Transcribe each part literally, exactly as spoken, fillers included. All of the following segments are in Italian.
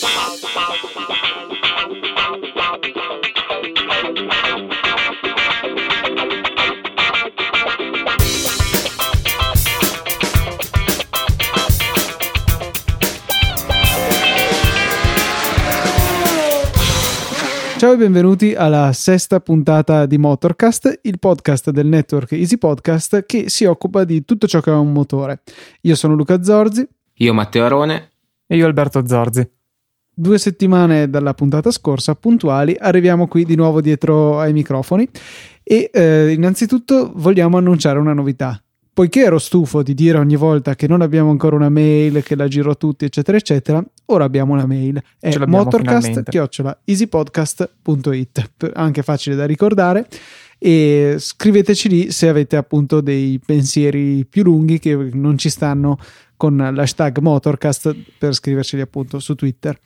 Ciao e benvenuti alla sesta puntata di Motorcast, il podcast del network Easy Podcast che si occupa di tutto ciò che ha un motore. Io sono Luca Zorzi. Io Matteo Arone. E io Alberto Zorzi. Due settimane dalla puntata scorsa, puntuali, arriviamo qui di nuovo dietro ai microfoni e eh, innanzitutto vogliamo annunciare una novità. Poiché ero stufo di dire ogni volta che non abbiamo ancora una mail, che la giro a tutti, eccetera, eccetera, ora abbiamo una mail. È motorcast chiocciola easypodcast punto it, anche facile da ricordare, e scriveteci lì se avete appunto dei pensieri più lunghi che non ci stanno con l'hashtag Motorcast per scriverceli appunto su Twitter.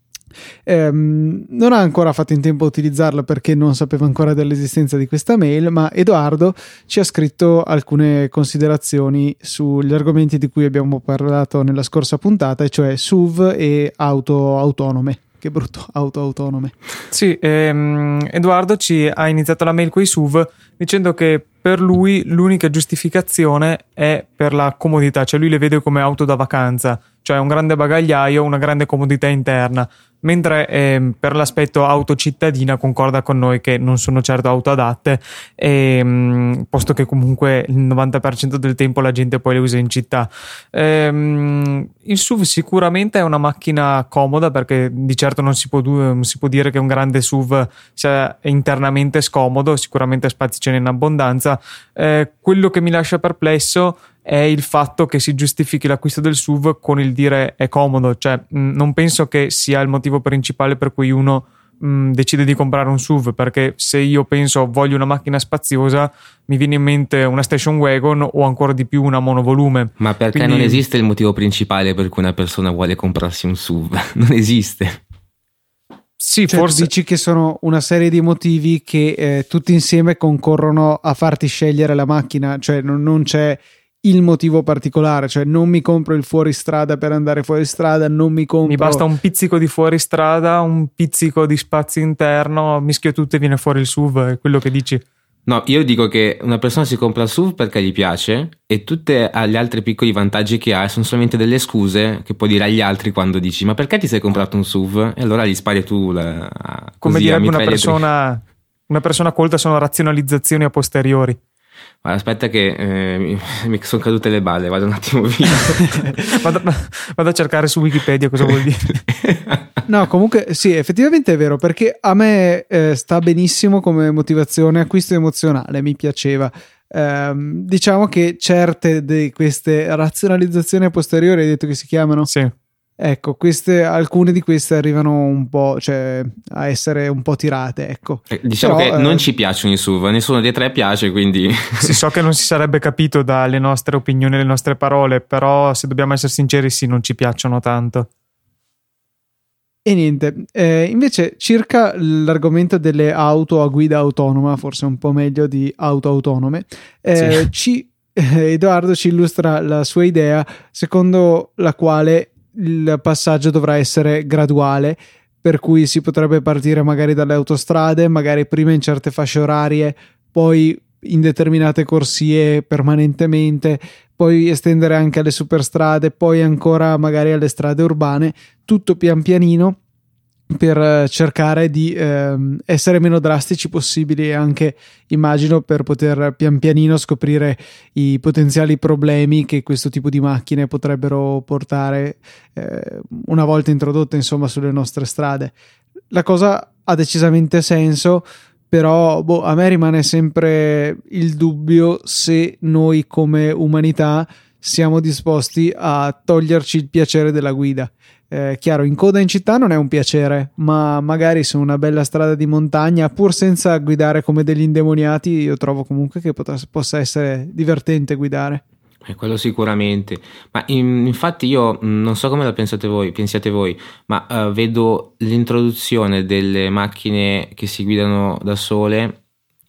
Um, non ha ancora fatto in tempo a utilizzarla perché non sapeva ancora dell'esistenza di questa mail, ma Edoardo ci ha scritto alcune considerazioni sugli argomenti di cui abbiamo parlato nella scorsa puntata, e cioè S U V e auto autonome. Che brutto, auto autonome. Sì, ehm, Edoardo ci ha iniziato la mail con i S U V dicendo che per lui l'unica giustificazione è per la comodità, cioè lui le vede come auto da vacanza, cioè un grande bagagliaio, una grande comodità interna, mentre eh, per l'aspetto auto cittadina concorda con noi che non sono certo auto adatte, e, posto che comunque il novanta per cento del tempo la gente poi le usa in città. Ehm, il S U V sicuramente è una macchina comoda, perché di certo non si può, non si può dire che un grande S U V sia internamente scomodo, sicuramente spazi ce n'è in abbondanza. Eh, quello che mi lascia perplesso è il fatto che si giustifichi l'acquisto del S U V con il dire è comodo, cioè mh, non penso che sia il motivo principale per cui uno mh, decide di comprare un S U V, perché se io penso voglio una macchina spaziosa mi viene in mente una station wagon o ancora di più una monovolume. Ma perché Quindi... non esiste il motivo principale per cui una persona vuole comprarsi un S U V? Non esiste. Sì, cioè, forse dici che sono una serie di motivi che eh, tutti insieme concorrono a farti scegliere la macchina, cioè non, non c'è il motivo particolare, cioè non mi compro il fuoristrada per andare fuori strada, non mi compro... Mi basta un pizzico di fuoristrada, un pizzico di spazio interno, mischio tutto e viene fuori il S U V, è quello che dici? No, io dico che una persona si compra il S U V perché gli piace, e tutti gli altri piccoli vantaggi che ha sono solamente delle scuse che puoi dire agli altri quando dici ma perché ti sei comprato un S U V? E allora gli spari tu la... Come direbbe una persona, una persona colta, sono razionalizzazioni a posteriori. Aspetta che eh, mi, mi sono cadute le balle, vado un attimo via. vado, vado a cercare su Wikipedia cosa vuol dire. No, comunque sì, effettivamente è vero, perché a me eh, sta benissimo come motivazione acquisto emozionale, mi piaceva. Eh, diciamo che certe di queste razionalizzazioni a posteriori, hai detto che si chiamano? Sì. Ecco, queste, alcune di queste arrivano un po', cioè a essere un po' tirate, ecco. Eh, diciamo Però, che eh, non ci piacciono i S U V, nessuno dei tre piace, quindi... Sì, so che non si sarebbe capito dalle nostre opinioni, le nostre parole, però se dobbiamo essere sinceri sì, non ci piacciono tanto. E niente, eh, invece circa l'argomento delle auto a guida autonoma, forse un po' meglio di auto autonome, eh, sì. ci, eh, Edoardo ci illustra la sua idea secondo la quale il passaggio dovrà essere graduale, per cui si potrebbe partire magari dalle autostrade, magari prima in certe fasce orarie, poi in determinate corsie permanentemente, poi estendere anche alle superstrade, poi ancora magari alle strade urbane, tutto pian pianino, per cercare di eh, essere meno drastici possibili, e anche immagino per poter pian pianino scoprire i potenziali problemi che questo tipo di macchine potrebbero portare eh, una volta introdotte insomma sulle nostre strade. La cosa ha decisamente senso, però boh, a me rimane sempre il dubbio se noi come umanità siamo disposti a toglierci il piacere della guida. Eh, chiaro, in coda in città non è un piacere, ma magari su una bella strada di montagna, pur senza guidare come degli indemoniati, io trovo comunque che potrà, possa essere divertente guidare. Eh, quello sicuramente, ma in, infatti io non so come la pensate voi, pensiate voi, ma uh, vedo l'introduzione delle macchine che si guidano da sole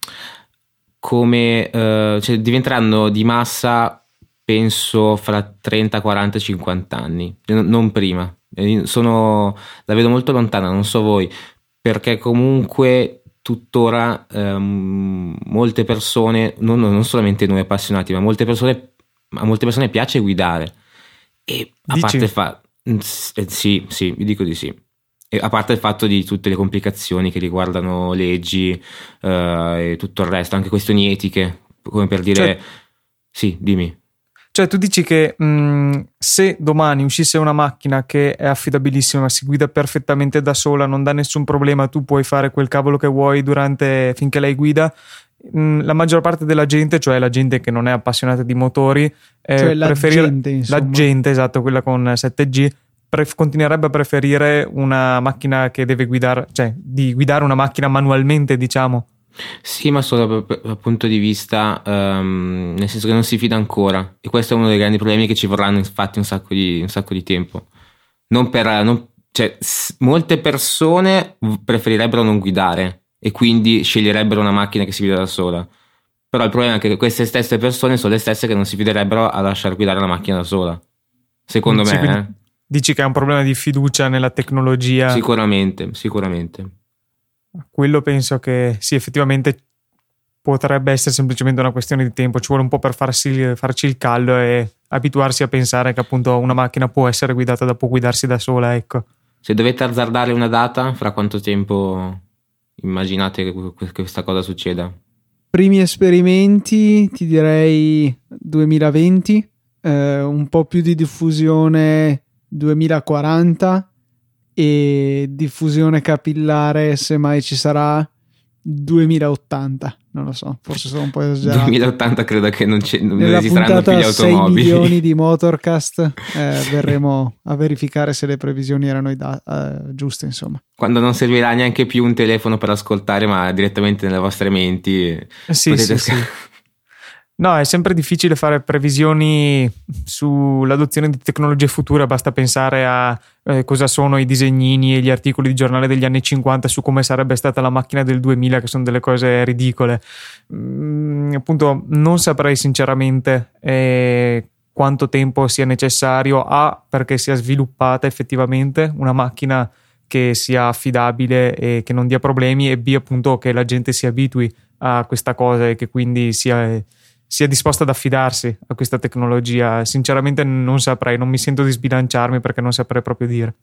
come uh, cioè diventeranno di massa, penso fra trenta, quaranta, cinquanta anni, non prima. sono, la vedo molto lontana, non so voi, perché comunque tuttora ehm, molte persone, non, non solamente noi appassionati, ma molte persone, a molte persone piace guidare. E a Dici? parte il fatto, sì, sì, vi dico di sì. E a parte il fatto di tutte le complicazioni che riguardano leggi eh, e tutto il resto, anche questioni etiche, come per dire, Cioè, sì, dimmi. Cioè tu dici che mh, se domani uscisse una macchina che è affidabilissima, si guida perfettamente da sola, non dà nessun problema, tu puoi fare quel cavolo che vuoi durante finché lei guida, mh, la maggior parte della gente, cioè la gente che non è appassionata di motori, eh, Cioè la preferire- gente, insomma. la gente, esatto, quella con sette G, pre- continuerebbe a preferire una macchina che deve guidare, cioè di guidare una macchina manualmente, diciamo. Sì, ma solo dal dal punto di vista, ehm, nel senso che non si fida ancora, e questo è uno dei grandi problemi, che ci vorranno infatti un sacco di, un sacco di tempo. Non per, non- cioè, s- molte persone v- preferirebbero non guidare e quindi sceglierebbero una macchina che si guida da sola. Però il problema è che queste stesse persone sono le stesse che non si fiderebbero a lasciar guidare la macchina da sola. Secondo Sì, me, quindi eh. dici che è un problema di fiducia nella tecnologia. Sicuramente, sicuramente. Quello penso che sì, effettivamente potrebbe essere semplicemente una questione di tempo, ci vuole un po' per farsi, farci il callo e abituarsi a pensare che appunto una macchina può essere guidata da può guidarsi da sola, ecco. Se dovete azzardare una data, fra quanto tempo immaginate che que- questa cosa succeda? Primi esperimenti, ti direi duemilaventi, eh, un po' più di diffusione duemilaquaranta e diffusione capillare, se mai ci sarà, duemilaottanta. Non lo so, forse sono un po' esagerato. duemilaottanta credo che non, c'è, non Nella esisteranno più puntata gli sei automobili. milioni di Motorcast eh, verremo a verificare se le previsioni erano i da- eh, giuste, insomma. Quando non servirà neanche più un telefono per ascoltare, ma direttamente nelle vostre menti. Eh, Sì, potete sì, sca- sì. No, è sempre difficile fare previsioni sull'adozione di tecnologie future, basta pensare a eh, cosa sono i disegnini e gli articoli di giornale degli anni cinquanta su come sarebbe stata la macchina del duemila, che sono delle cose ridicole. Mm, appunto, non saprei sinceramente eh, quanto tempo sia necessario, A, perché sia sviluppata effettivamente una macchina che sia affidabile e che non dia problemi, e B, appunto, che la gente si abitui a questa cosa e che quindi sia... sia disposta ad affidarsi a questa tecnologia. Sinceramente non saprei, non mi sento di sbilanciarmi perché non saprei proprio dire.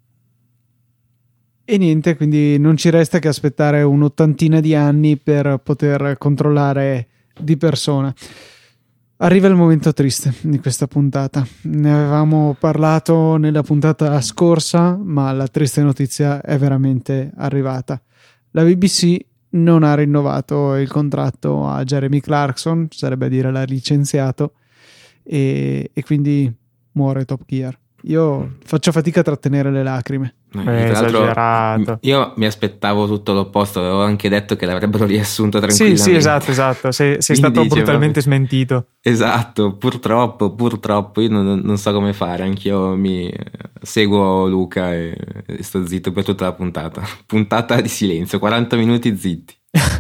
E niente, quindi non ci resta che aspettare un'ottantina di anni per poter controllare di persona. Arriva il momento triste di questa puntata. Ne avevamo parlato nella puntata scorsa, ma la triste notizia è veramente arrivata. La B B C non ha rinnovato il contratto a Jeremy Clarkson, sarebbe a dire l'ha licenziato, e, e quindi muore Top Gear. Io faccio fatica a trattenere le lacrime. Eh, È tra l'altro, esagerato. io mi aspettavo tutto l'opposto, avevo anche detto che l'avrebbero riassunto Sì, tranquillamente. sì, esatto, esatto. Sei, sei stato Quindi, cioè, brutalmente proprio- smentito. Esatto, purtroppo, purtroppo, io non, non so come fare, anch'io mi seguo Luca e, e sto zitto per tutta la puntata. Puntata di silenzio, quaranta minuti zitti.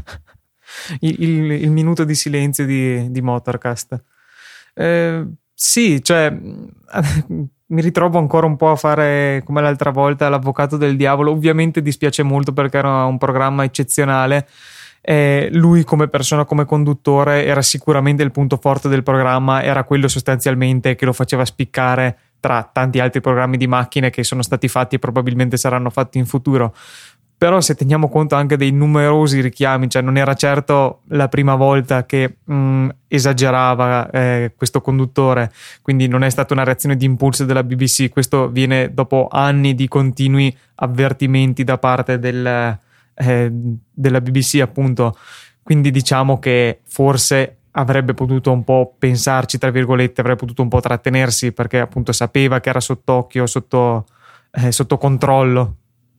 il, il- il minuto di silenzio di, di Motorcast. Eh, sì, cioè mi ritrovo ancora un po' a fare come l'altra volta l'avvocato del diavolo. Ovviamente dispiace molto perché era un programma eccezionale. Eh, lui come persona, come conduttore, era sicuramente il punto forte del programma, era quello sostanzialmente che lo faceva spiccare tra tanti altri programmi di macchine che sono stati fatti e probabilmente saranno fatti in futuro. Però se teniamo conto anche dei numerosi richiami, cioè non era certo la prima volta che mh, esagerava eh, questo conduttore, quindi non è stata una reazione di impulso della B B C, questo viene dopo anni di continui avvertimenti da parte del, eh, della B B C, appunto. Quindi diciamo che forse avrebbe potuto un po' pensarci, tra virgolette, avrebbe potuto un po' trattenersi, perché appunto sapeva che era sott'occhio, sotto, eh, sotto controllo.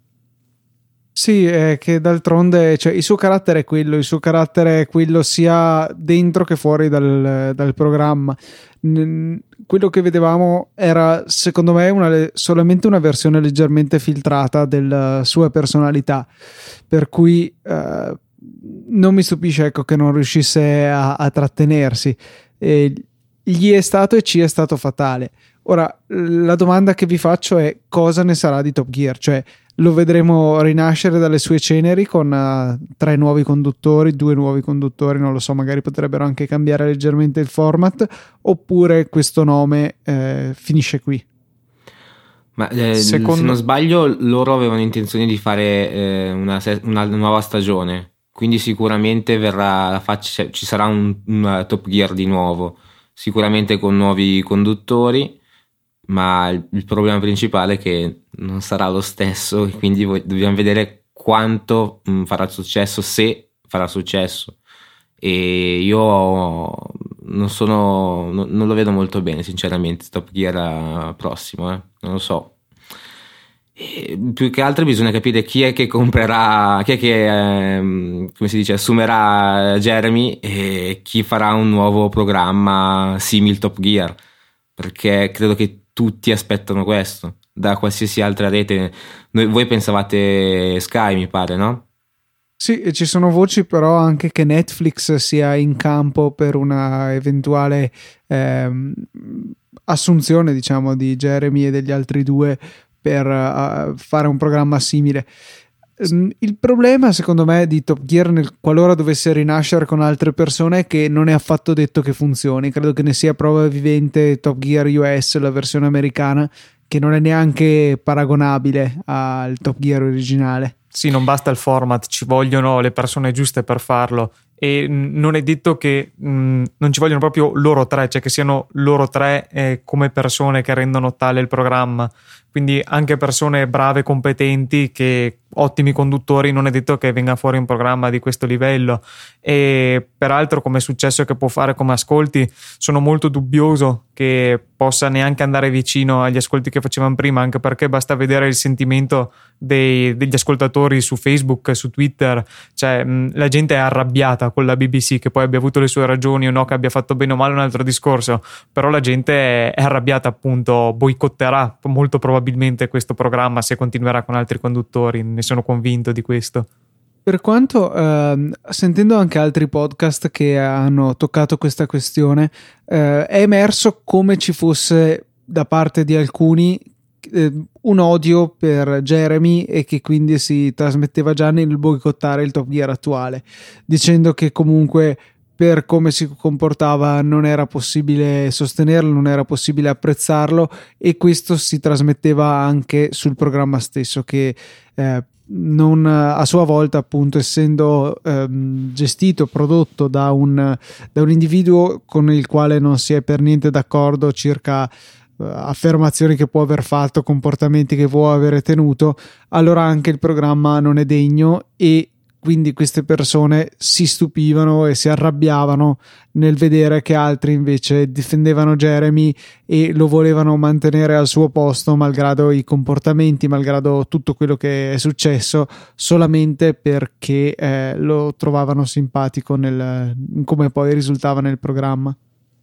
Sì, è che d'altronde, cioè, il suo carattere è quello, il suo carattere è quello sia dentro che fuori dal, dal programma. N- quello che vedevamo era, secondo me, una, solamente una versione leggermente filtrata della sua personalità, per cui eh, non mi stupisce, ecco, che non riuscisse a, a trattenersi. E gli è stato e ci è stato fatale. Ora, la domanda che vi faccio è: cosa ne sarà di Top Gear? Cioè, lo vedremo rinascere dalle sue ceneri con uh, tre nuovi conduttori, due nuovi conduttori, non lo so, magari potrebbero anche cambiare leggermente il format, oppure questo nome eh, finisce qui? Ma eh, Secondo... se non sbaglio loro avevano intenzione di fare eh, una, una nuova stagione, quindi sicuramente verrà la faccia, ci sarà un, un Top Gear di nuovo, sicuramente con nuovi conduttori, ma il, il problema principale è che non sarà lo stesso, quindi dobbiamo vedere quanto mh, farà successo, se farà successo. E io non sono no, non lo vedo molto bene sinceramente Top Gear prossimo, eh? Non lo so. E più che altro bisogna capire chi è che comprerà, chi è che ehm, come si dice, assumerà Jeremy e chi farà un nuovo programma simil Top Gear, perché credo che tutti aspettano questo da qualsiasi altra rete. Noi, voi pensavate Sky, mi pare, no? Sì, e ci sono voci però anche che Netflix sia in campo per una eventuale ehm, assunzione, diciamo, di Jeremy e degli altri due per uh, fare un programma simile. Il problema, secondo me, di Top Gear, nel, qualora dovesse rinascere con altre persone, è che non è affatto detto che funzioni. Credo che ne sia prova vivente Top Gear U S, la versione americana, che non è neanche paragonabile al Top Gear originale. Sì, non basta il format, ci vogliono le persone giuste per farlo, e non è detto che mh, non ci vogliono proprio loro tre, cioè che siano loro tre eh, come persone che rendono tale il programma. Quindi anche persone brave, competenti, che ottimi conduttori, non è detto che venga fuori un programma di questo livello. E peraltro, come successo che può fare come ascolti, sono molto dubbioso che possa neanche andare vicino agli ascolti che facevano prima, anche perché basta vedere il sentimento dei, degli ascoltatori su Facebook, su Twitter. Cioè mh, la gente è arrabbiata con la B B C, che poi abbia avuto le sue ragioni o no, che abbia fatto bene o male, un altro discorso, però la gente è, è arrabbiata, appunto, boicotterà molto probabilmente questo programma se continuerà con altri conduttori, ne sono convinto di questo. Per quanto, eh, sentendo anche altri podcast che hanno toccato questa questione, eh, è emerso come ci fosse da parte di alcuni eh, un odio per Jeremy, e che quindi si trasmetteva già nel boicottare il Top Gear attuale, dicendo che comunque per come si comportava non era possibile sostenerlo, non era possibile apprezzarlo, e questo si trasmetteva anche sul programma stesso, che eh, non, a sua volta, appunto, essendo ehm, gestito, prodotto da un, da un individuo con il quale non si è per niente d'accordo circa eh, affermazioni che può aver fatto, comportamenti che può avere tenuto, allora anche il programma non è degno, e quindi queste persone si stupivano e si arrabbiavano nel vedere che altri invece difendevano Jeremy e lo volevano mantenere al suo posto, malgrado i comportamenti, malgrado tutto quello che è successo, solamente perché eh, lo trovavano simpatico nel, come poi risultava nel programma.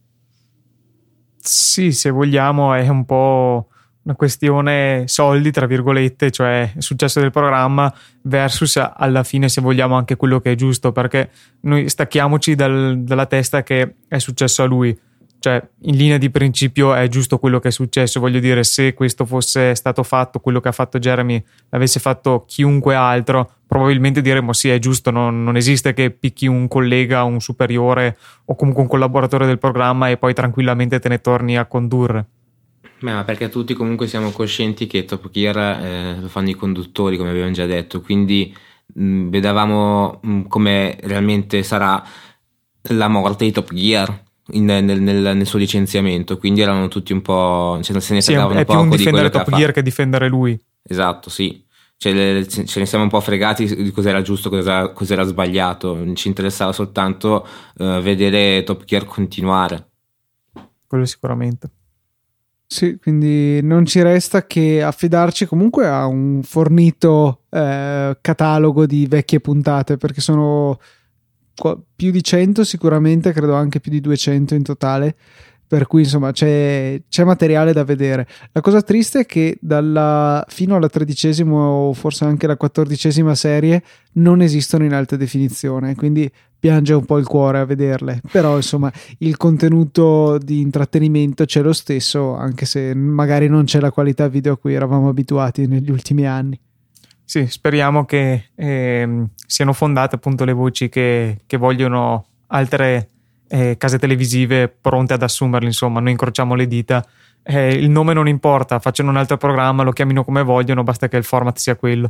Sì, se vogliamo è un po' una questione soldi, tra virgolette, cioè il successo del programma versus alla fine, se vogliamo, anche quello che è giusto, perché noi stacchiamoci dal, dalla testa che è successo a lui. Cioè, in linea di principio è giusto quello che è successo. Voglio dire, se questo fosse stato fatto, quello che ha fatto Jeremy, l'avesse fatto chiunque altro, probabilmente diremmo sì, è giusto, non, non esiste che picchi un collega, un superiore o comunque un collaboratore del programma e poi tranquillamente te ne torni a condurre. Beh, ma perché tutti comunque siamo coscienti che Top Gear eh, lo fanno i conduttori, come abbiamo già detto, quindi mh, vedevamo mh, come realmente sarà la morte di Top Gear in, nel, nel, nel suo licenziamento, quindi erano tutti un po', cioè, se ne sì, fregavano un poco un di quello che Top Gear che difendere lui. Esatto, sì. Cioè, le, ce ne siamo un po' fregati di cos'era giusto, cos'era, cos'era sbagliato. Ci interessava soltanto uh, vedere Top Gear continuare. Quello sicuramente. Sì, quindi non ci resta che affidarci comunque a un fornito eh, catalogo di vecchie puntate, perché sono più di cento sicuramente, credo anche più di duecento in totale, per cui insomma c'è, c'è materiale da vedere. La cosa triste è che dalla, fino alla tredicesima o forse anche la quattordicesima serie non esistono in alta definizione, quindi piange un po' il cuore a vederle, però insomma il contenuto di intrattenimento c'è lo stesso, anche se magari non c'è la qualità video a cui eravamo abituati negli ultimi anni. Sì, speriamo che eh, siano fondate appunto le voci che, che vogliono altre eh, case televisive pronte ad assumerli, insomma, noi incrociamo le dita. Eh, il nome non importa, facciano un altro programma, lo chiamino come vogliono, basta che il format sia quello.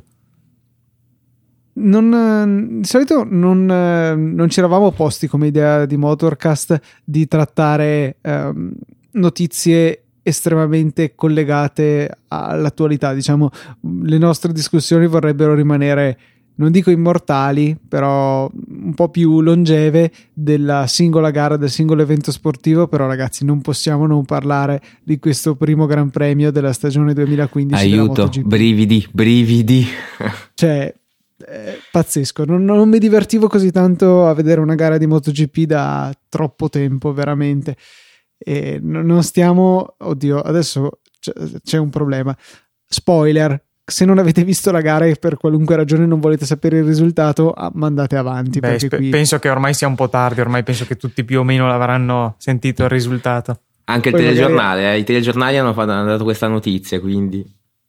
Non, di solito non, non ci eravamo posti come idea di Motorcast di trattare ehm, notizie estremamente collegate all'attualità. Diciamo, le nostre discussioni vorrebbero rimanere, non dico immortali, però un po' più longeve della singola gara, del singolo evento sportivo. Però ragazzi, non possiamo non parlare di questo primo Gran Premio della stagione duemilaquindici. Aiuto, brividi, brividi. Cioè, è pazzesco, non, non mi divertivo così tanto a vedere una gara di MotoGP da troppo tempo, veramente. E non stiamo, oddio, adesso c'è un problema, spoiler: se non avete visto la gara e per qualunque ragione non volete sapere il risultato, mandate avanti. Beh, perché spe- qui... penso che ormai sia un po' tardi, ormai penso che tutti più o meno l'avranno sentito il risultato. Anche il Poi telegiornale, magari... eh, i telegiornali hanno, fatto, hanno dato questa notizia, quindi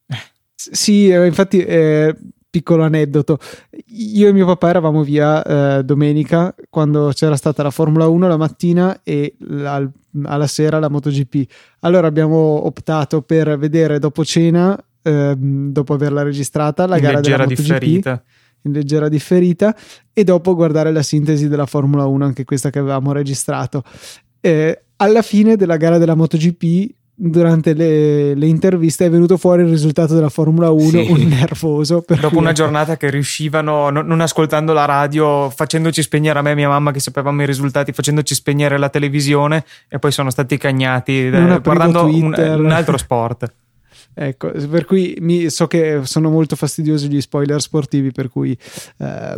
sì, infatti eh, piccolo aneddoto, io e mio papà eravamo via eh, domenica quando c'era stata la Formula uno la mattina e la, alla sera la MotoGP. Allora abbiamo optato per vedere dopo cena, eh, dopo averla registrata, la in gara leggera della MotoGP differita. in leggera differita, e dopo guardare la sintesi della Formula uno, anche questa che avevamo registrato. Eh, alla fine della gara della MotoGP, durante le, le interviste, è venuto fuori il risultato della Formula uno, sì. Un nervoso per dopo una giornata che riuscivano, no, non ascoltando la radio, facendoci spegnere, a me e mia mamma che sapevamo i risultati, facendoci spegnere la televisione, e poi sono stati cagnati eh, guardando un, un altro sport. Ecco, per cui mi, so che sono molto fastidiosi gli spoiler sportivi, per cui eh,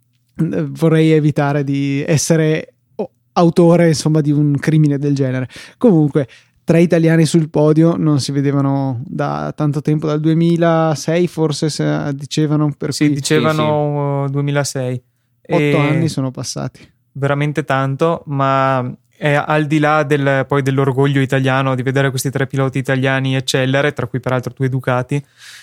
vorrei evitare di essere autore, insomma, di un crimine del genere. Comunque, tre italiani sul podio non si vedevano da tanto tempo, dal duemilasei forse, se dicevano, per sì, cui... dicevano sì, sì. duemilasei. Otto e anni sono passati. Veramente tanto, ma è al di là del, poi dell'orgoglio italiano di vedere questi tre piloti italiani eccellere, tra cui peraltro due Ducati.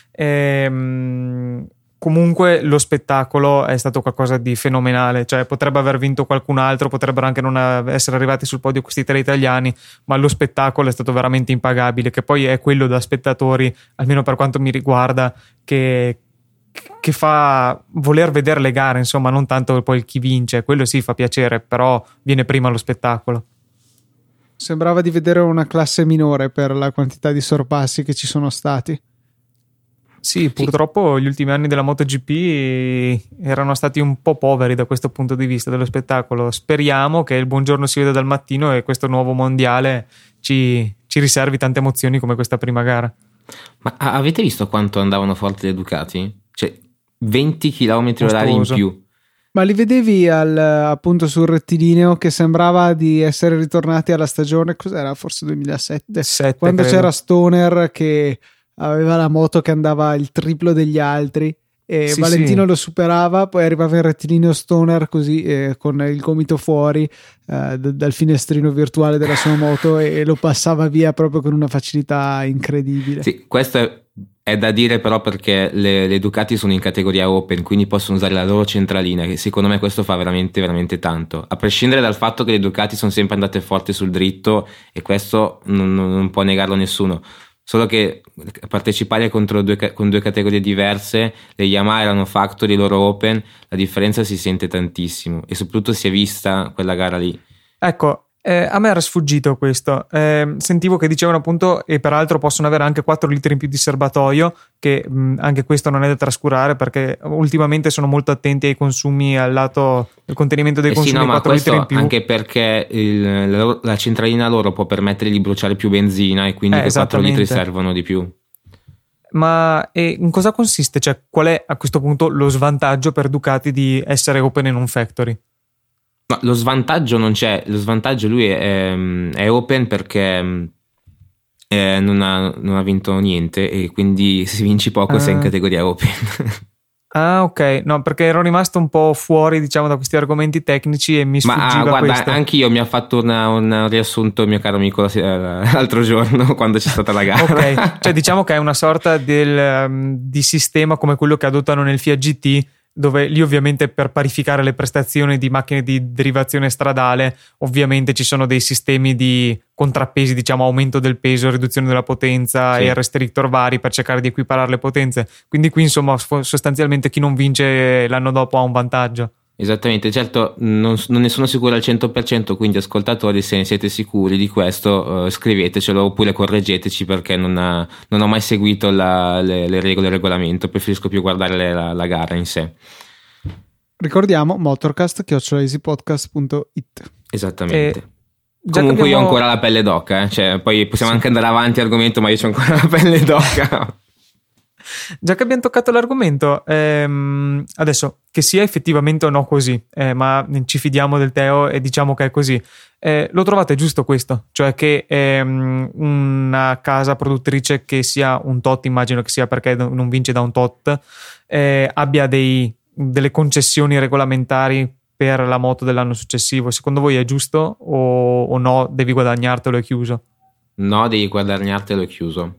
E, comunque lo spettacolo è stato qualcosa di fenomenale, cioè potrebbe aver vinto qualcun altro, potrebbero anche non essere arrivati sul podio questi tre italiani, ma lo spettacolo è stato veramente impagabile, che poi è quello da spettatori, almeno per quanto mi riguarda, che, che fa voler vedere le gare, insomma, non tanto poi chi vince, quello sì fa piacere, però viene prima lo spettacolo. Sembrava di vedere una classe minore per la quantità di sorpassi che ci sono stati. Sì, purtroppo gli ultimi anni della MotoGP erano stati un po' poveri da questo punto di vista dello spettacolo. Speriamo che il buongiorno si veda dal mattino e questo nuovo mondiale ci, ci riservi tante emozioni come questa prima gara. Ma avete visto quanto andavano forti le Ducati? Cioè venti chilometri orari in più. Ma li vedevi al, appunto sul rettilineo, che sembrava di essere ritornati alla stagione, cos'era? Forse duemilasette, Sette, quando credo. C'era Stoner che aveva la moto che andava il triplo degli altri e sì, Valentino sì. lo superava, poi arrivava in rettilineo Stoner così eh, con il gomito fuori eh, d- dal finestrino virtuale della sua moto e, e lo passava via proprio con una facilità incredibile. Sì, questo è, è da dire però perché le, le Ducati sono in categoria open, quindi possono usare la loro centralina, che secondo me questo fa veramente veramente tanto, a prescindere dal fatto che le Ducati sono sempre andate forti sul dritto, e questo non, non può negarlo nessuno. Solo che partecipare contro due, con due categorie diverse, le Yamaha erano factory, loro open, la differenza si sente tantissimo, e soprattutto si è vista quella gara lì. Ecco, eh, a me era sfuggito questo. Eh, sentivo che dicevano appunto, e peraltro possono avere anche quattro litri in più di serbatoio, che mh, anche questo non è da trascurare, perché ultimamente sono molto attenti ai consumi, al lato del contenimento dei eh consumi, sì, no, quattro litri in più. Anche perché il, la, la centralina loro può permettere di bruciare più benzina, e quindi eh, quei quattro litri servono di più. Ma e in cosa consiste? Cioè, qual è a questo punto lo svantaggio per Ducati di essere open e non factory? No, lo svantaggio non c'è, lo svantaggio lui è, è open perché eh, non, ha, non ha vinto niente e quindi se vinci poco uh. sei in categoria open. Ah, ok, no, perché ero rimasto un po' fuori, diciamo, da questi argomenti tecnici e mi sfuggiva Ma ah, guarda, questo. Anch'io mi ha fatto una, un riassunto il mio caro amico l'altro giorno quando c'è stata la gara. Ok, cioè diciamo che è una sorta del, um, di sistema come quello che adottano nel Fiat G T, dove lì ovviamente per parificare le prestazioni di macchine di derivazione stradale ovviamente ci sono dei sistemi di contrappesi, diciamo aumento del peso, riduzione della potenza, sì, e restrictor vari per cercare di equiparare le potenze, quindi qui insomma sostanzialmente chi non vince l'anno dopo ha un vantaggio. Esattamente, certo non, non ne sono sicuro al cento per cento, quindi ascoltatori, se ne siete sicuri di questo, uh, scrivetecelo oppure correggeteci, perché non, ha, non ho mai seguito la, le, le regole del regolamento, preferisco più guardare la, la gara in sé. Ricordiamo motorcast chiocciola easypodcast punto it. Esattamente. E... Comunque abbiamo... io ho ancora la pelle d'oca, eh? Cioè, poi possiamo sì. anche andare avanti argomento, ma io ho ancora la pelle d'oca. Già che abbiamo toccato l'argomento, ehm, adesso che sia effettivamente o no così, eh, ma ci fidiamo del Teo e diciamo che è così, eh, lo trovate giusto questo? Cioè che ehm, una casa produttrice che sia un tot, immagino che sia perché non vince da un tot, eh, abbia dei, delle concessioni regolamentari per la moto dell'anno successivo? Secondo voi è giusto o, o no, devi guadagnartelo e chiuso? No, devi guadagnartelo e chiuso.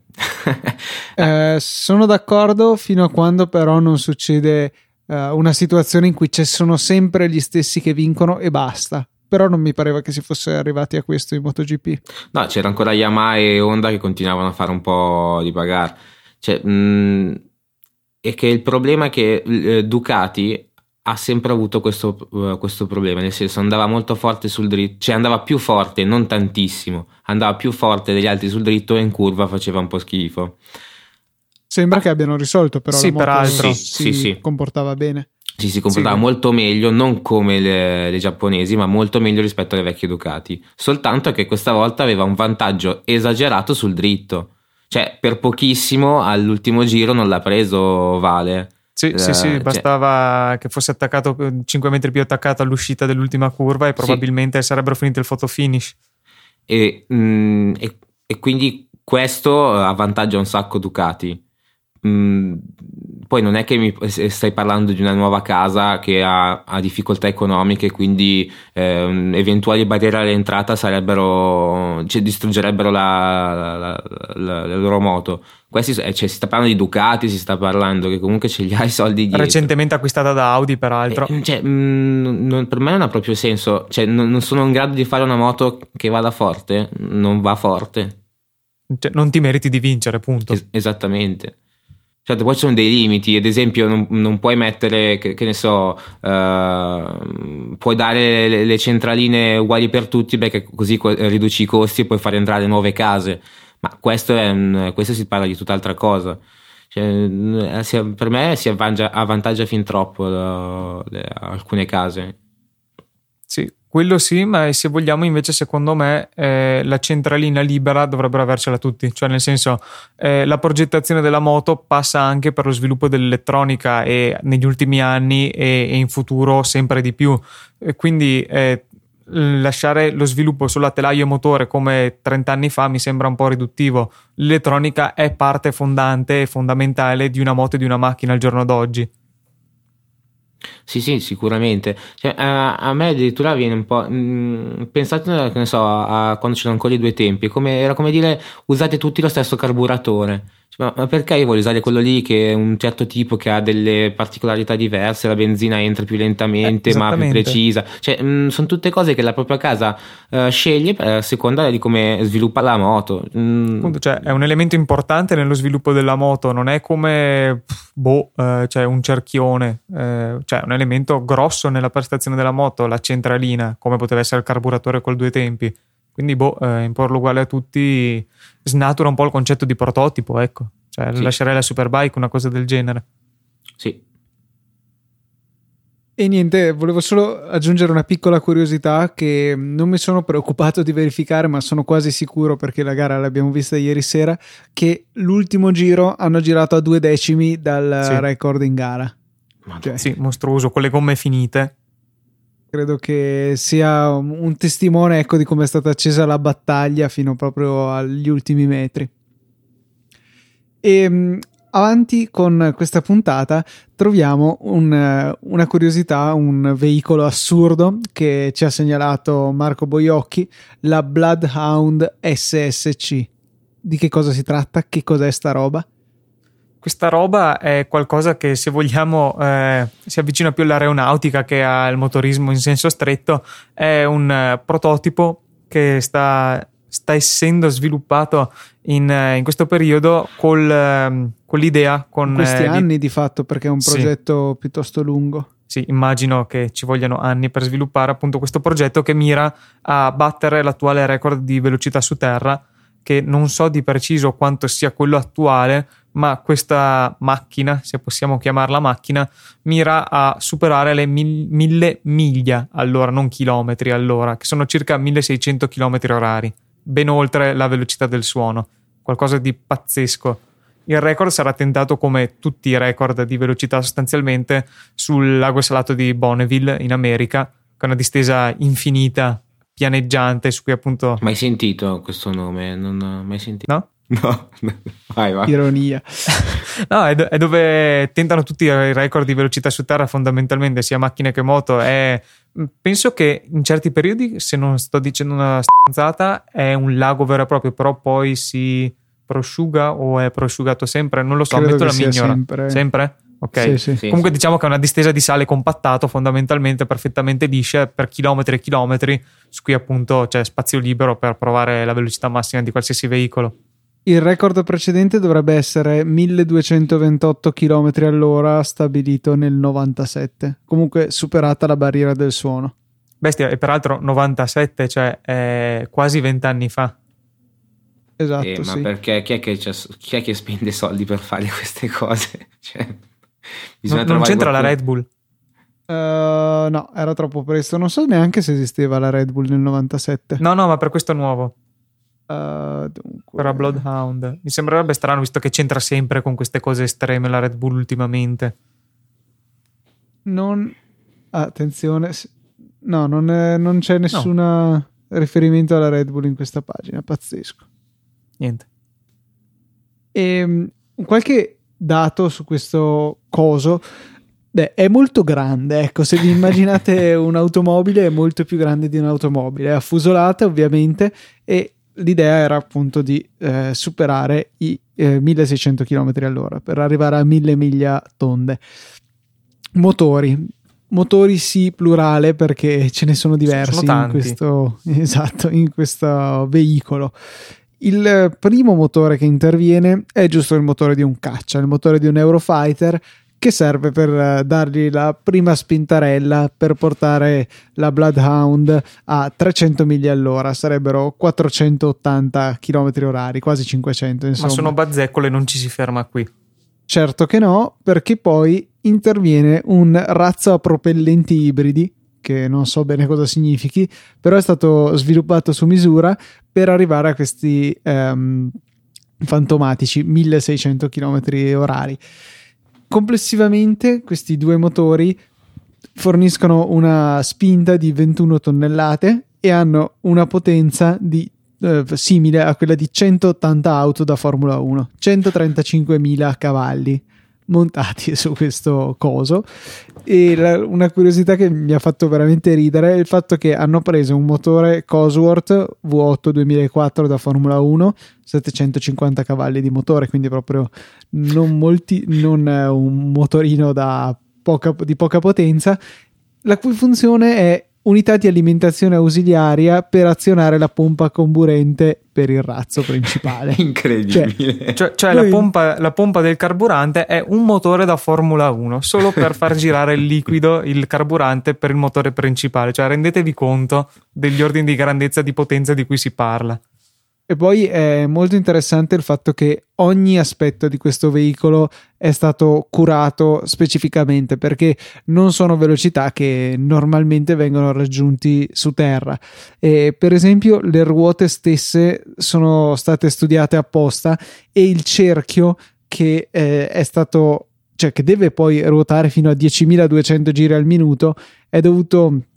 eh, sono d'accordo fino a quando però non succede eh, una situazione in cui ci sono sempre gli stessi che vincono e basta. Però non mi pareva che si fosse arrivati a questo in MotoGP. No, c'era ancora Yamaha e Honda che continuavano a fare un po' di bagarre. Cioè, mh, è che il problema è che eh, Ducati ha sempre avuto questo, uh, questo problema, nel senso andava molto forte sul dritto, cioè andava più forte, non tantissimo, andava più forte degli altri sul dritto e in curva faceva un po' schifo. Sembra ah. che abbiano risolto, però sì, la moto peraltro. si, sì, sì. comportava bene. Sì, si comportava sì. molto meglio, non come le, le giapponesi, ma molto meglio rispetto alle vecchie Ducati, soltanto che questa volta aveva un vantaggio esagerato sul dritto, cioè per pochissimo all'ultimo giro non l'ha preso Vale. Sì, uh, sì, sì, bastava cioè... che fosse attaccato cinque metri più attaccato all'uscita dell'ultima curva e probabilmente sì. sarebbero finiti il photo finish. E, mh, e, e quindi questo avvantaggia un sacco Ducati. Mh, poi non è che mi stai parlando di una nuova casa che ha, ha difficoltà economiche, quindi eh, eventuali barriere all'entrata sarebbero, cioè, distruggerebbero la, la, la, la loro moto. Questi, cioè, si sta parlando di Ducati, si sta parlando che comunque ce li ha i soldi dietro. Recentemente acquistata da Audi, peraltro. Eh, cioè, mh, non, per me non ha proprio senso. Cioè, non, non sono in grado di fare una moto che vada forte, non va forte. Cioè, non ti meriti di vincere, punto. Es- esattamente. Certo, poi ci sono dei limiti, ad esempio non, non puoi mettere, che, che ne so, uh, puoi dare le, le centraline uguali per tutti perché così riduci i costi e puoi fare entrare nuove case, ma questo, è un, questo si parla di tutt'altra cosa. Cioè, per me si avvantaggia, avvantaggia fin troppo le, le, alcune case. Sì, quello sì, ma se vogliamo invece secondo me eh, la centralina libera dovrebbero avercela tutti, cioè nel senso eh, la progettazione della moto passa anche per lo sviluppo dell'elettronica e negli ultimi anni e, e in futuro sempre di più, e quindi eh, lasciare lo sviluppo solo a telaio e motore come trenta anni fa mi sembra un po' riduttivo. L'elettronica è parte fondante e fondamentale di una moto e di una macchina al giorno d'oggi. Sì, sì, sicuramente. Cioè, a, a me addirittura viene un po'. Mh, pensate, che ne so, a, a quando c'erano ancora i due tempi, come, era come dire usate tutti lo stesso carburatore. Cioè, ma, ma perché io voglio usare quello lì che è un certo tipo che ha delle particolarità diverse, la benzina entra più lentamente, eh, ma più precisa. Cioè, mh, sono tutte cose che la propria casa uh, sceglie a seconda di come sviluppa la moto. Mm. Appunto, cioè, è un elemento importante nello sviluppo della moto, non è come boh, eh, cioè un cerchione, eh, cioè un elemento grosso nella prestazione della moto, la centralina, come poteva essere il carburatore col due tempi. Quindi boh, eh, imporlo uguale a tutti snatura un po' il concetto di prototipo, ecco. Cioè sì. Lascerei la Superbike una cosa del genere. Sì. E niente, volevo solo aggiungere una piccola curiosità che non mi sono preoccupato di verificare, ma sono quasi sicuro, perché la gara l'abbiamo vista ieri sera, che l'ultimo giro hanno girato a due decimi dal sì. record in gara. Cioè. Sì, mostruoso, con le gomme finite. credo che sia un testimone, ecco, di come è stata accesa la battaglia fino proprio agli ultimi metri. E avanti con questa puntata troviamo un, una curiosità, un veicolo assurdo che ci ha segnalato Marco Boiocchi, la Bloodhound S S C. Di che cosa si tratta? Che cos'è sta roba? Questa roba è qualcosa che, se vogliamo, eh, si avvicina più all'aeronautica che al motorismo in senso stretto. È un uh, prototipo che sta, sta essendo sviluppato in, uh, in questo periodo col, uh, con l'idea. Con, in questi eh, anni di... di fatto, perché è un progetto sì. piuttosto lungo. Sì, immagino che ci vogliano anni per sviluppare appunto questo progetto che mira a battere l'attuale record di velocità su terra, che non so di preciso quanto sia quello attuale, ma questa macchina, se possiamo chiamarla macchina, mira a superare le mil- mille miglia all'ora, non chilometri all'ora, che sono circa milleseicento chilometri orari, ben oltre la velocità del suono, qualcosa di pazzesco. Il record sarà tentato, come tutti i record di velocità sostanzialmente, sul lago salato di Bonneville in America, con una distesa infinita, pianeggiante, su cui appunto... Mai sentito questo nome? Non ho mai sentito. No? No, vai, vai. Ironia. No, è, do- è dove tentano tutti i record di velocità su terra, fondamentalmente, sia macchine che moto. È... Penso che in certi periodi, se non sto dicendo una stanzata, è un lago vero e proprio, però poi si prosciuga o è prosciugato sempre, non lo so, Credo ammetto la sia mignora. sempre. Sempre? Ok. Sì, sì. Sì, Comunque sì. diciamo che è una distesa di sale compattato, fondamentalmente perfettamente liscia per chilometri e chilometri, su cui appunto c'è spazio libero per provare la velocità massima di qualsiasi veicolo. Il record precedente dovrebbe essere milleduecentoventotto chilometri all'ora, stabilito nel novantasette. Comunque superata la barriera del suono. Bestia, e peraltro novantasette, cioè è quasi vent'anni fa. Esatto, Eh, ma sì. perché chi è, che c'è- chi è che spende soldi per fare queste cose? Cioè, Non, bisogna non trovare c'entra la qualcuno- Red Bull. Uh, no, era troppo presto. Non so neanche se esisteva la Red Bull nel novantasette. No, no, ma per questo nuovo. Uh, dunque... Per la Bloodhound. Mi sembrerebbe strano, visto che c'entra sempre con queste cose estreme la Red Bull ultimamente. Non... Attenzione. No, non, è- non c'è nessun riferimento alla Red Bull in questa pagina. Pazzesco. Niente. E qualche dato su questo coso. Beh, è molto grande, ecco, se vi immaginate un'automobile è molto più grande di un'automobile, è affusolata ovviamente, e l'idea era appunto di eh, superare i eh, milleseicento chilometri all'ora per arrivare a mille miglia tonde. Motori. Motori sì, plurale, perché ce ne sono diversi Sono in tanti. questo, esatto, in questo veicolo. Il primo motore che interviene è giusto il motore di un caccia, il motore di un Eurofighter, che serve per eh, dargli la prima spintarella per portare la Bloodhound a trecento miglia all'ora, sarebbero quattrocentottanta chilometri orari, quasi cinquecento insomma. Ma sono bazzecole, non ci si ferma qui. Certo che no, perché poi interviene un razzo a propellenti ibridi, che non so bene cosa significhi, però è stato sviluppato su misura per arrivare a questi ehm, fantomatici milleseicento chilometri orari. Complessivamente questi due motori forniscono una spinta di ventuno tonnellate e hanno una potenza di eh, simile a quella di centottanta auto da Formula uno, centotrentacinquemila cavalli montati su questo coso. E la, una curiosità che mi ha fatto veramente ridere è il fatto che hanno preso un motore Cosworth V otto duemilaquattro da Formula uno, settecentocinquanta cavalli di motore, quindi proprio non molti, non un motorino da poca, di poca potenza, la cui funzione è unità di alimentazione ausiliaria per azionare la pompa comburente per il razzo principale. Incredibile. Cioè, cioè Noi- la, pompa, la pompa del carburante è un motore da Formula uno, solo per far girare il liquido, il carburante, per il motore principale. Cioè, rendetevi conto degli ordini di grandezza di potenza di cui si parla. E poi è molto interessante il fatto che ogni aspetto di questo veicolo è stato curato specificamente, perché non sono velocità che normalmente vengono raggiunti su terra. E per esempio le ruote stesse sono state studiate apposta, e il cerchio che eh, è stato, cioè che deve poi ruotare fino a diecimiladuecento giri al minuto, è dovuto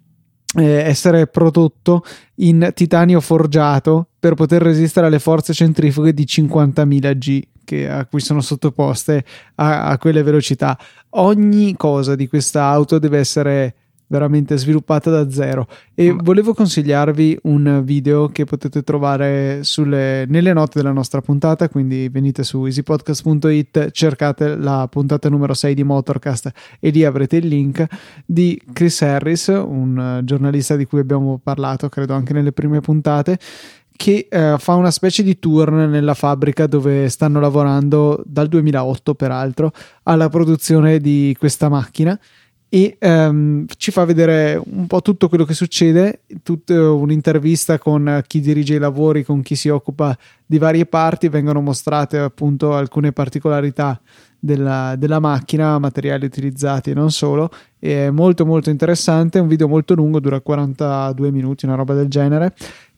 eh, essere prodotto in titanio forgiato per poter resistere alle forze centrifughe di cinquantamila G che, a cui sono sottoposte a, a quelle velocità. Ogni cosa di questa auto deve essere veramente sviluppata da zero, e Ma... volevo consigliarvi un video che potete trovare sulle, nelle note della nostra puntata, quindi venite su easypodcast punto it, cercate la puntata numero sei di Motorcast e lì avrete il link, di Chris Harris, un giornalista di cui abbiamo parlato credo anche nelle prime puntate, che eh, fa una specie di tour nella fabbrica dove stanno lavorando dal duemilaotto peraltro alla produzione di questa macchina, e um, ci fa vedere un po' tutto quello che succede, tutta un'intervista con chi dirige i lavori, con chi si occupa di varie parti, vengono mostrate appunto alcune particolarità della, della macchina, materiali utilizzati e non solo. È molto molto interessante, è un video molto lungo, dura quarantadue minuti, una roba del genere,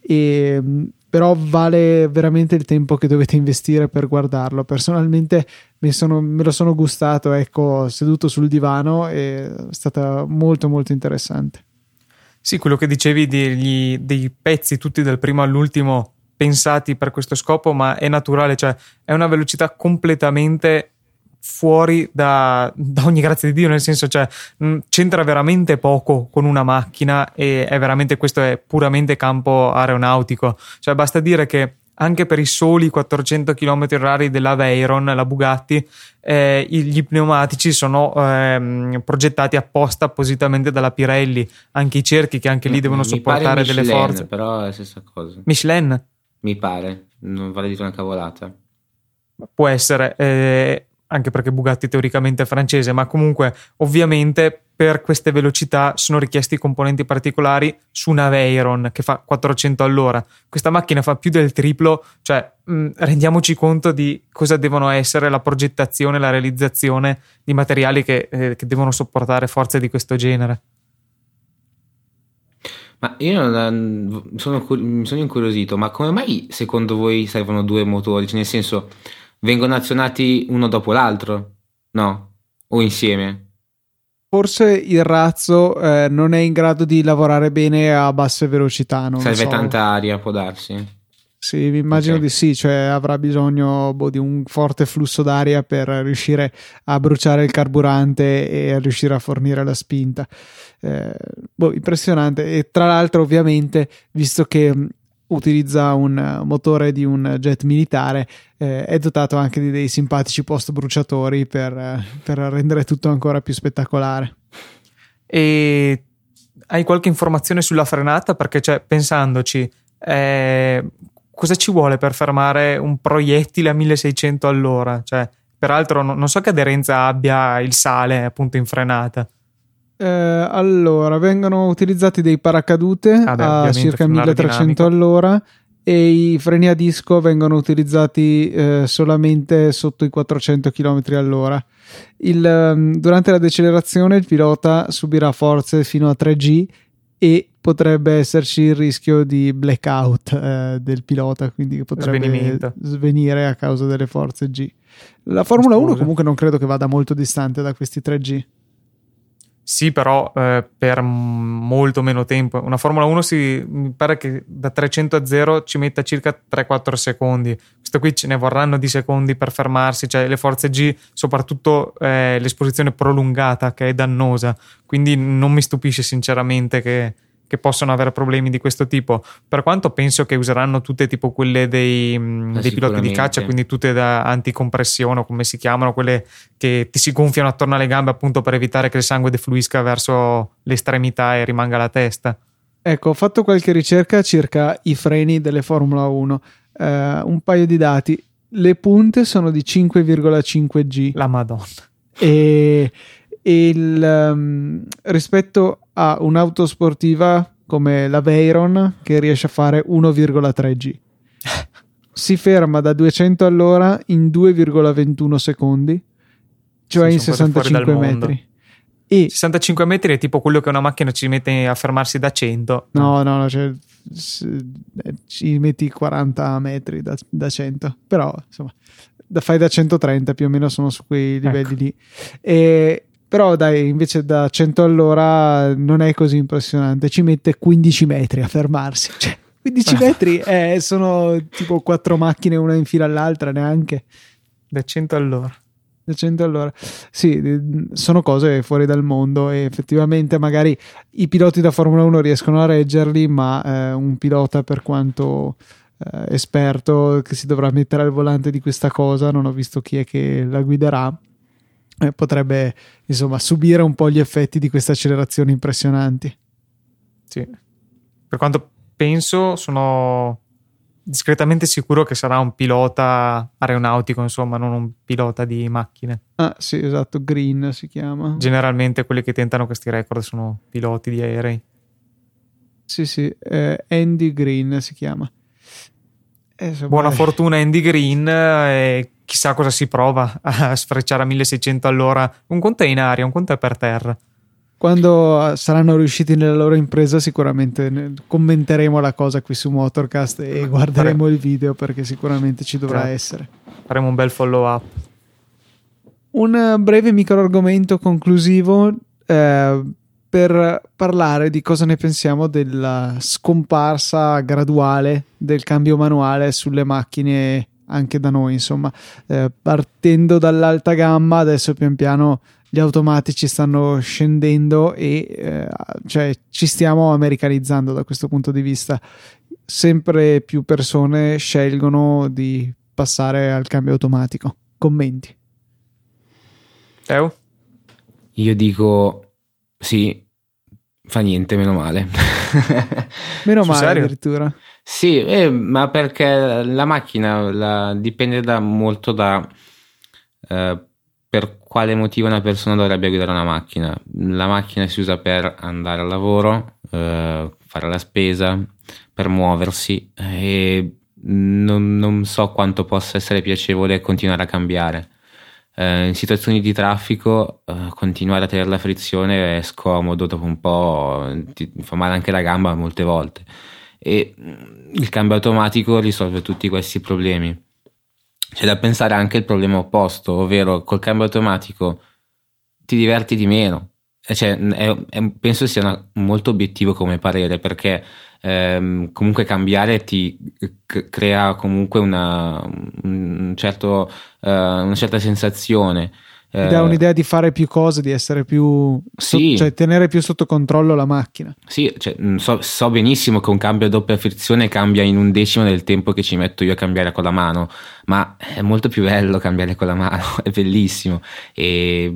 e però vale veramente il tempo che dovete investire per guardarlo. Personalmente mi sono, me lo sono gustato, ecco, seduto sul divano, e è stata molto molto interessante. Sì, quello che dicevi degli, dei pezzi tutti dal primo all'ultimo pensati per questo scopo, ma è naturale, cioè è una velocità completamente fuori da, da ogni grazia di Dio, nel senso, cioè mh, c'entra veramente poco con una macchina, e è veramente, questo è puramente campo aeronautico, cioè basta dire che anche per i soli quattrocento chilometri orari della Veyron, la Bugatti, eh, gli pneumatici sono eh, progettati apposta appositamente dalla Pirelli, anche i cerchi che anche lì mi, devono mi sopportare Michelin, delle forze, però è la stessa cosa. Michelin? Mi pare, non vale dire una cavolata. Può essere, eh, anche perché Bugatti teoricamente è francese, ma comunque ovviamente per queste velocità sono richiesti componenti particolari su una Veyron che fa quattrocento all'ora. Questa macchina fa più del triplo, cioè mh, rendiamoci conto di cosa devono essere la progettazione, la realizzazione di materiali che, eh, che devono sopportare forze di questo genere. Ma io non, sono, mi sono incuriosito, ma come mai secondo voi servono due motori? Cioè, nel senso, vengono azionati uno dopo l'altro? No? O insieme? Forse il razzo eh, non è in grado di lavorare bene a basse velocità, non serve so. tanta aria, può darsi. Sì, mi immagino okay. di sì, cioè avrà bisogno boh, di un forte flusso d'aria per riuscire a bruciare il carburante e a riuscire a fornire la spinta. Eh, boh, impressionante. E tra l'altro, ovviamente, visto che mh, utilizza un motore di un jet militare, eh, è dotato anche di dei simpatici post bruciatori per, per rendere tutto ancora più spettacolare. E hai qualche informazione sulla frenata? Perché, cioè, pensandoci, eh, cosa ci vuole per fermare un proiettile a milleseicento all'ora? Cioè, peraltro non, non so che aderenza abbia il sale appunto in frenata. Eh, allora, vengono utilizzati dei paracadute ah, beh, a circa milletrecento all'ora, e i freni a disco vengono utilizzati eh, solamente sotto i quattrocento chilometri all'ora. Il, um, durante la decelerazione il pilota subirà forze fino a tre G, e potrebbe esserci il rischio di blackout eh, del pilota, quindi potrebbe svenire a causa delle forze G. La Formula uno comunque non credo che vada molto distante da questi tre G. Sì, però eh, per molto meno tempo. Una Formula uno si, mi pare che da trecento a zero ci metta circa tre quattro secondi. Questo qui ce ne vorranno di secondi per fermarsi, cioè le forze G, soprattutto eh, l'esposizione prolungata che è dannosa, quindi non mi stupisce sinceramente che, che possono avere problemi di questo tipo, per quanto penso che useranno tutte tipo quelle dei, eh, dei piloti di caccia, quindi tutte da anticompressione o come si chiamano, quelle che ti si gonfiano attorno alle gambe appunto per evitare che il sangue defluisca verso l'estremità e rimanga la testa. Ecco, ho fatto qualche ricerca circa i freni delle Formula uno, uh, un paio di dati. Le punte sono di cinque virgola cinque G. La Madonna. E, e il, um, rispetto a un'auto sportiva come la Veyron che riesce a fare uno virgola tre G. Si ferma da duecento all'ora in due virgola ventuno secondi, cioè sì, in sessantacinque metri. E sessantacinque metri è tipo quello che una macchina ci mette a fermarsi da cento. No, no, no, cioè, ci metti quaranta metri da, da cento, però insomma da, fai da centotrenta più o meno, sono su quei livelli, ecco, lì. E però dai, invece da cento all'ora non è così impressionante, ci mette quindici metri a fermarsi, cioè quindici metri eh, sono tipo quattro macchine una in fila all'altra, neanche. Da cento all'ora. Da cento all'ora. Sì, sono cose fuori dal mondo e effettivamente magari i piloti da Formula uno riescono a reggerli, ma eh, un pilota, per quanto eh, esperto, che si dovrà mettere al volante di questa cosa, non ho visto chi è che la guiderà, eh, potrebbe insomma subire un po' gli effetti di queste accelerazioni impressionanti. Sì. Per quanto penso, sono discretamente sicuro che sarà un pilota aeronautico, insomma, non un pilota di macchine. Ah sì, esatto, Green si chiama. Generalmente quelli che tentano questi record sono piloti di aerei. Sì sì, eh, Andy Green si chiama. Eh, insomma, Buona eh. fortuna Andy Green, e chissà cosa si prova a sfrecciare a milleseicento all'ora. Un conto è in aria, un conto è per terra. Quando saranno riusciti nella loro impresa sicuramente commenteremo la cosa qui su Motorcast e guarderemo il video, perché sicuramente ci dovrà certo. essere. Faremo un bel follow up. Un breve micro argomento conclusivo eh, per parlare di cosa ne pensiamo della scomparsa graduale del cambio manuale sulle macchine anche da noi, insomma, eh, partendo dall'alta gamma adesso pian piano gli automatici stanno scendendo e eh, cioè ci stiamo americanizzando da questo punto di vista. Sempre più persone scelgono di passare al cambio automatico. Commenti? Teo? Io dico sì, fa niente, meno male. Meno Sul male serio? addirittura. Sì, eh, ma perché la macchina la, dipende da, molto da eh, per quale motivo una persona dovrebbe guidare una macchina. La macchina si usa per andare al lavoro, eh, fare la spesa, per muoversi, e non, non so quanto possa essere piacevole continuare a cambiare. Eh, in situazioni di traffico eh, continuare a tenere la frizione è scomodo, dopo un po' ti fa male anche la gamba molte volte, e il cambio automatico risolve tutti questi problemi. C'è da pensare anche al problema opposto, ovvero col cambio automatico ti diverti di meno. Cioè, è, è, penso sia una, molto obiettivo come parere, perché ehm, comunque cambiare ti c- crea comunque una, un certo, uh, una certa sensazione. Ti dà un'idea di fare più cose, di essere più sì. so, cioè tenere più sotto controllo la macchina. Sì, cioè, so, so benissimo che un cambio a doppia frizione cambia in un decimo del tempo che ci metto io a cambiare con la mano, ma è molto più bello cambiare con la mano, è bellissimo. E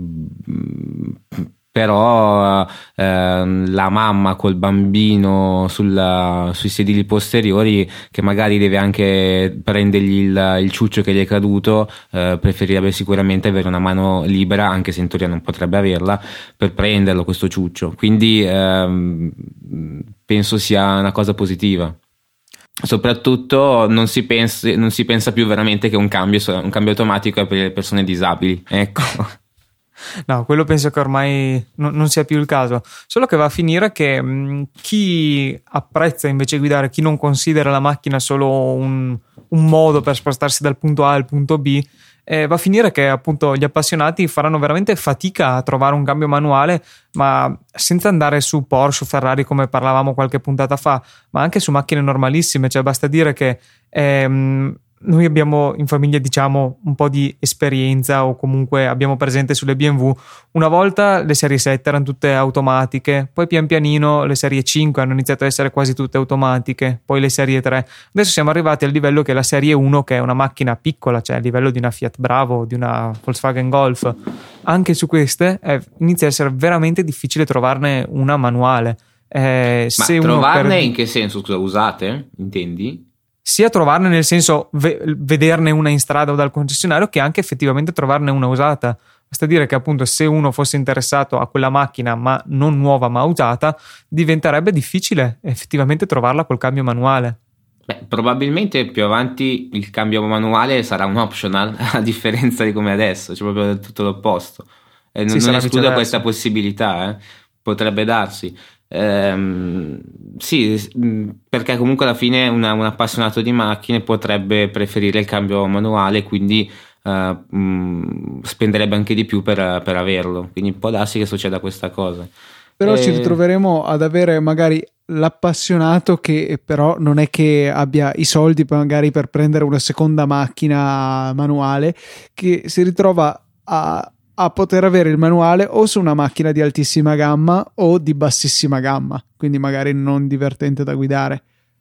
però eh, la mamma col bambino sulla, sui sedili posteriori, che magari deve anche prendergli il, il ciuccio che gli è caduto, eh, preferirebbe sicuramente avere una mano libera, anche se in teoria non potrebbe averla, per prenderlo questo ciuccio. Quindi ehm, penso sia una cosa positiva. Soprattutto non si pensa, non si pensa più veramente che un cambio, un cambio automatico è per le persone disabili, ecco. No, quello penso che ormai non, non sia più il caso. Solo che va a finire che mh, chi apprezza invece guidare, chi non considera la macchina solo un, un modo per spostarsi dal punto A al punto B, eh, va a finire che appunto gli appassionati faranno veramente fatica a trovare un cambio manuale, ma senza andare su Porsche o Ferrari come parlavamo qualche puntata fa, ma anche su macchine normalissime. Cioè basta dire che ehm, noi abbiamo in famiglia, diciamo, un po' di esperienza, o comunque abbiamo presente sulle B M W. Una volta le serie sette erano tutte automatiche, poi pian pianino le serie cinque hanno iniziato a essere quasi tutte automatiche, poi le serie tre. Adesso siamo arrivati al livello che è la serie uno, che è una macchina piccola, cioè a livello di una Fiat Bravo, di una Volkswagen Golf. Anche su queste eh, inizia a essere veramente difficile trovarne una manuale. Eh, Ma se trovarne uno per... in che senso? Scusa, usate? Intendi? Sia trovarne nel senso ve- vederne una in strada o dal concessionario, che anche effettivamente trovarne una usata. Basta dire che appunto se uno fosse interessato a quella macchina, ma non nuova ma usata, diventerebbe difficile effettivamente trovarla col cambio manuale. Beh, probabilmente più avanti il cambio manuale sarà un optional, a differenza di come adesso, cioè proprio tutto l'opposto. E non, Sì, non escludo viceversa. questa possibilità, eh. Potrebbe darsi. Ehm, sì, perché comunque alla fine una, un appassionato di macchine potrebbe preferire il cambio manuale, quindi uh, mh, spenderebbe anche di più per, per averlo, quindi può darsi che succeda questa cosa. Però e... ci ritroveremo ad avere magari l'appassionato che però non è che abbia i soldi magari per prendere una seconda macchina manuale, che si ritrova a, a poter avere il manuale o su una macchina di altissima gamma o di bassissima gamma, quindi magari non divertente da guidare.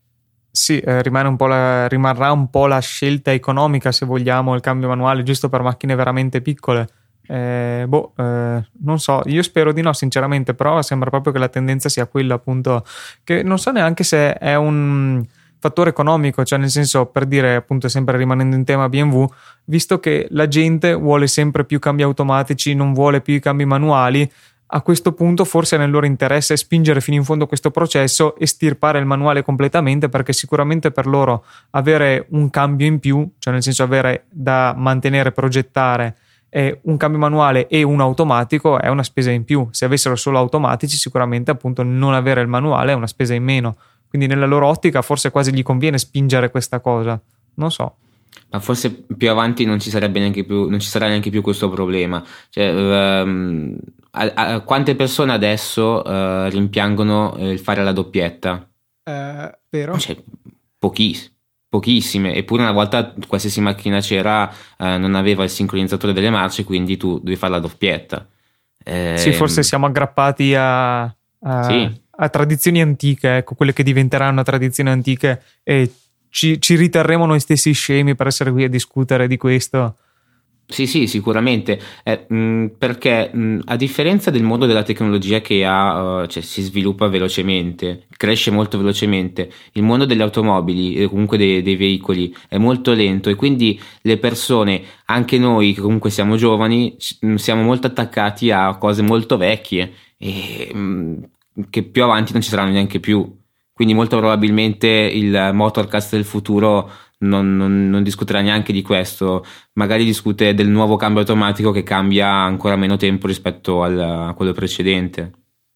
Sì, eh, rimane un po' la, rimarrà un po' la scelta economica, se vogliamo, il cambio manuale giusto per macchine veramente piccole. Eh, boh, eh, non so, io spero di no sinceramente, però sembra proprio che la tendenza sia quella, appunto, che non so neanche se è un fattore economico, cioè nel senso, per dire, appunto, sempre rimanendo in tema B M W, visto che la gente vuole sempre più cambi automatici, non vuole più i cambi manuali, a questo punto forse nel loro interesse spingere fino in fondo questo processo, estirpare il manuale completamente, perché sicuramente per loro avere un cambio in più, cioè nel senso avere da mantenere, progettare eh, un cambio manuale e un automatico è una spesa in più. Se avessero solo automatici sicuramente appunto non avere il manuale è una spesa in meno, quindi nella loro ottica forse quasi gli conviene spingere questa cosa, non so. Ma forse più avanti non ci sarebbe neanche più, non ci sarà neanche più questo problema. Cioè, um, a, a, quante persone adesso uh, rimpiangono il fare la doppietta? Eh, vero? Cioè, pochissime, pochissime. Eppure una volta qualsiasi macchina c'era uh, non aveva il sincronizzatore delle marce, quindi tu devi fare la doppietta. Eh, sì, forse siamo aggrappati a, a, sì. a tradizioni antiche, ecco, quelle che diventeranno tradizioni antiche, e Ci, ci riterremo noi stessi scemi per essere qui a discutere di questo. Sì, sì, sicuramente, eh, mh, perché mh, a differenza del mondo della tecnologia che ha, uh, cioè, si sviluppa velocemente, cresce molto velocemente, il mondo delle automobili e comunque dei, dei veicoli è molto lento, e quindi le persone, anche noi che comunque siamo giovani, mh, siamo molto attaccati a cose molto vecchie e mh, che più avanti non ci saranno neanche più. Quindi molto probabilmente il Motorcast del futuro non, non, non discuterà neanche di questo, magari discute del nuovo cambio automatico che cambia ancora meno tempo rispetto al, a quello precedente.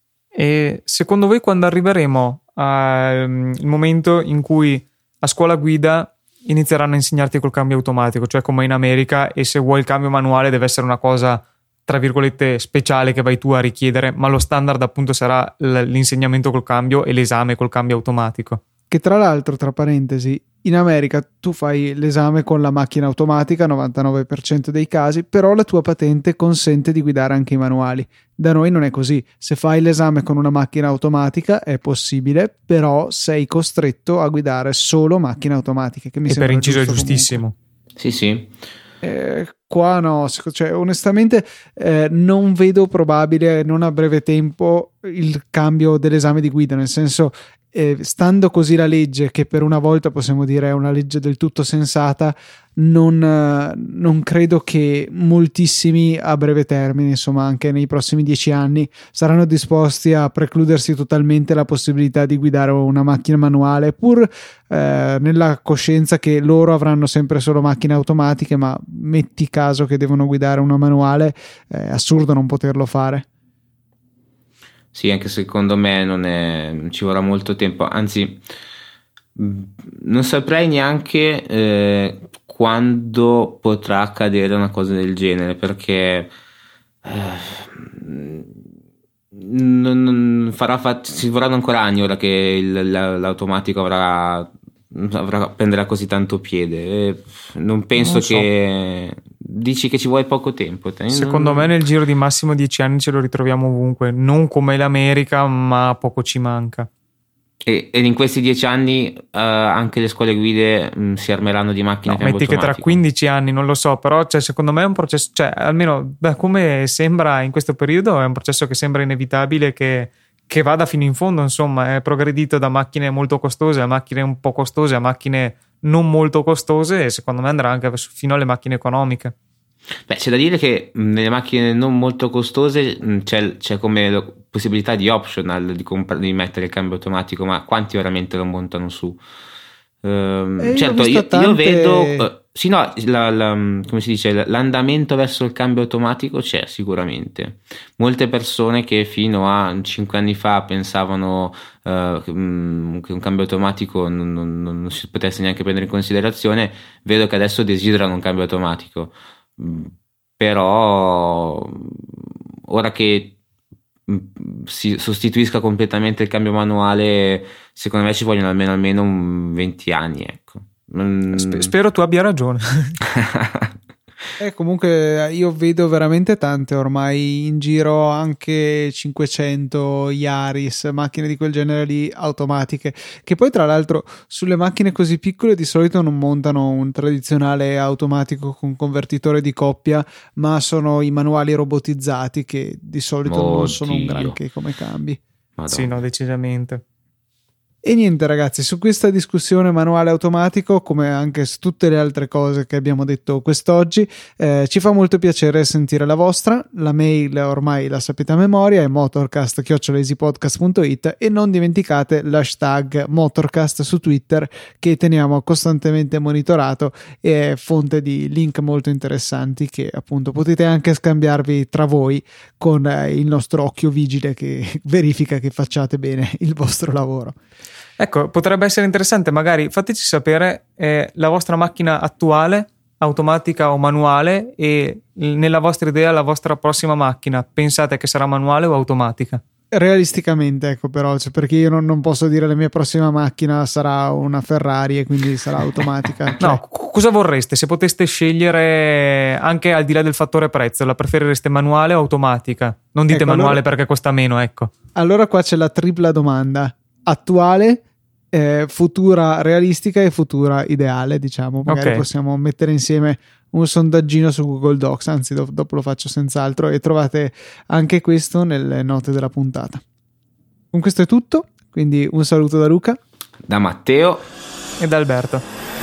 E secondo voi quando arriveremo al momento in cui a scuola guida inizieranno a insegnarti col cambio automatico, cioè come in America, e se vuoi il cambio manuale deve essere una cosa tra virgolette speciale che vai tu a richiedere, ma lo standard appunto sarà l'insegnamento col cambio e l'esame col cambio automatico? Che tra l'altro, tra parentesi, in America tu fai l'esame con la macchina automatica novantanove per cento dei casi, però la tua patente consente di guidare anche i manuali. Da noi non è così. Se fai l'esame con una macchina automatica è possibile, però sei costretto a guidare solo macchine automatiche, che mi e sembra per inciso è giusto giustissimo. Comunque. Sì, sì. Eh, qua no, cioè, onestamente eh, non vedo probabile non a breve tempo il cambio dell'esame di guida, nel senso, eh, stando così la legge, che per una volta possiamo dire è una legge del tutto sensata, non, eh, non credo che moltissimi a breve termine, insomma anche nei prossimi dieci anni, saranno disposti a precludersi totalmente la possibilità di guidare una macchina manuale, pur eh, nella coscienza che loro avranno sempre solo macchine automatiche, ma metti caso che devono guidare una manuale, è assurdo non poterlo fare. Sì, anche secondo me non, è, non ci vorrà molto tempo, anzi non saprei neanche eh, quando potrà accadere una cosa del genere, perché eh, non, non farà fa- ci vorranno ancora anni ora che il, l'automatico avrà, avrà prenderà così tanto piede, e non penso non so. Che dici che ci vuoi poco tempo. Secondo me nel giro di massimo dieci anni ce lo ritroviamo ovunque, non come l'America, ma poco ci manca. E, e in questi dieci anni uh, anche le scuole guide mh, si armeranno di macchine no, metti che tra quindici anni, non lo so, però cioè, secondo me è un processo, cioè almeno da come sembra in questo periodo è un processo che sembra inevitabile, che, che vada fino in fondo, insomma è progredito da macchine molto costose a macchine un po' costose a macchine non molto costose, e secondo me andrà anche fino alle macchine economiche. Beh, c'è da dire che nelle macchine non molto costose c'è, c'è come possibilità di optional di, comp- di mettere il cambio automatico, ma quanti veramente lo montano su? Uh, certo, io, tante... io vedo uh, sì, no, la, la, come si dice, l'andamento verso il cambio automatico c'è sicuramente. Molte persone che fino a cinque anni fa pensavano uh, che un cambio automatico non, non, non si potesse neanche prendere in considerazione, vedo che adesso desiderano un cambio automatico. però ora che si sostituisca completamente il cambio manuale, secondo me ci vogliono almeno almeno un venti anni, ecco. Sp- spero tu abbia ragione. Eh, comunque io vedo veramente tante ormai in giro, anche cinquecento Yaris, macchine di quel genere lì automatiche, che poi tra l'altro sulle macchine così piccole di solito non montano un tradizionale automatico con convertitore di coppia, ma sono i manuali robotizzati che di solito Oddio. non sono un granché come cambi. Madonna. Sì, no, decisamente. E niente ragazzi, su questa discussione manuale automatico, come anche su tutte le altre cose che abbiamo detto quest'oggi, eh, ci fa molto piacere sentire la vostra. La mail ormai la sapete a memoria, è motorcast chiocciola easypodcast punto it, e non dimenticate l'hashtag motorcast su Twitter, che teniamo costantemente monitorato e è fonte di link molto interessanti che appunto potete anche scambiarvi tra voi con eh, il nostro occhio vigile che verifica che facciate bene il vostro lavoro. Ecco, potrebbe essere interessante, magari fateci sapere eh, la vostra macchina attuale, automatica o manuale, e nella vostra idea la vostra prossima macchina pensate che sarà manuale o automatica? Realisticamente, ecco, però, cioè, perché io non, non posso dire la mia prossima macchina sarà una Ferrari e quindi sarà automatica. Cioè... No, c- cosa vorreste se poteste scegliere, anche al di là del fattore prezzo? La preferireste manuale o automatica? Non dite ecco, manuale allora... perché costa meno, ecco. Allora qua c'è la tripla domanda: attuale, eh, futura realistica e futura ideale, diciamo. Magari Okay. possiamo mettere insieme un sondaggino su Google Docs, anzi do- dopo lo faccio senz'altro, e trovate anche questo nelle note della puntata. Con questo è tutto, quindi un saluto da Luca, Da Matteo E da Alberto.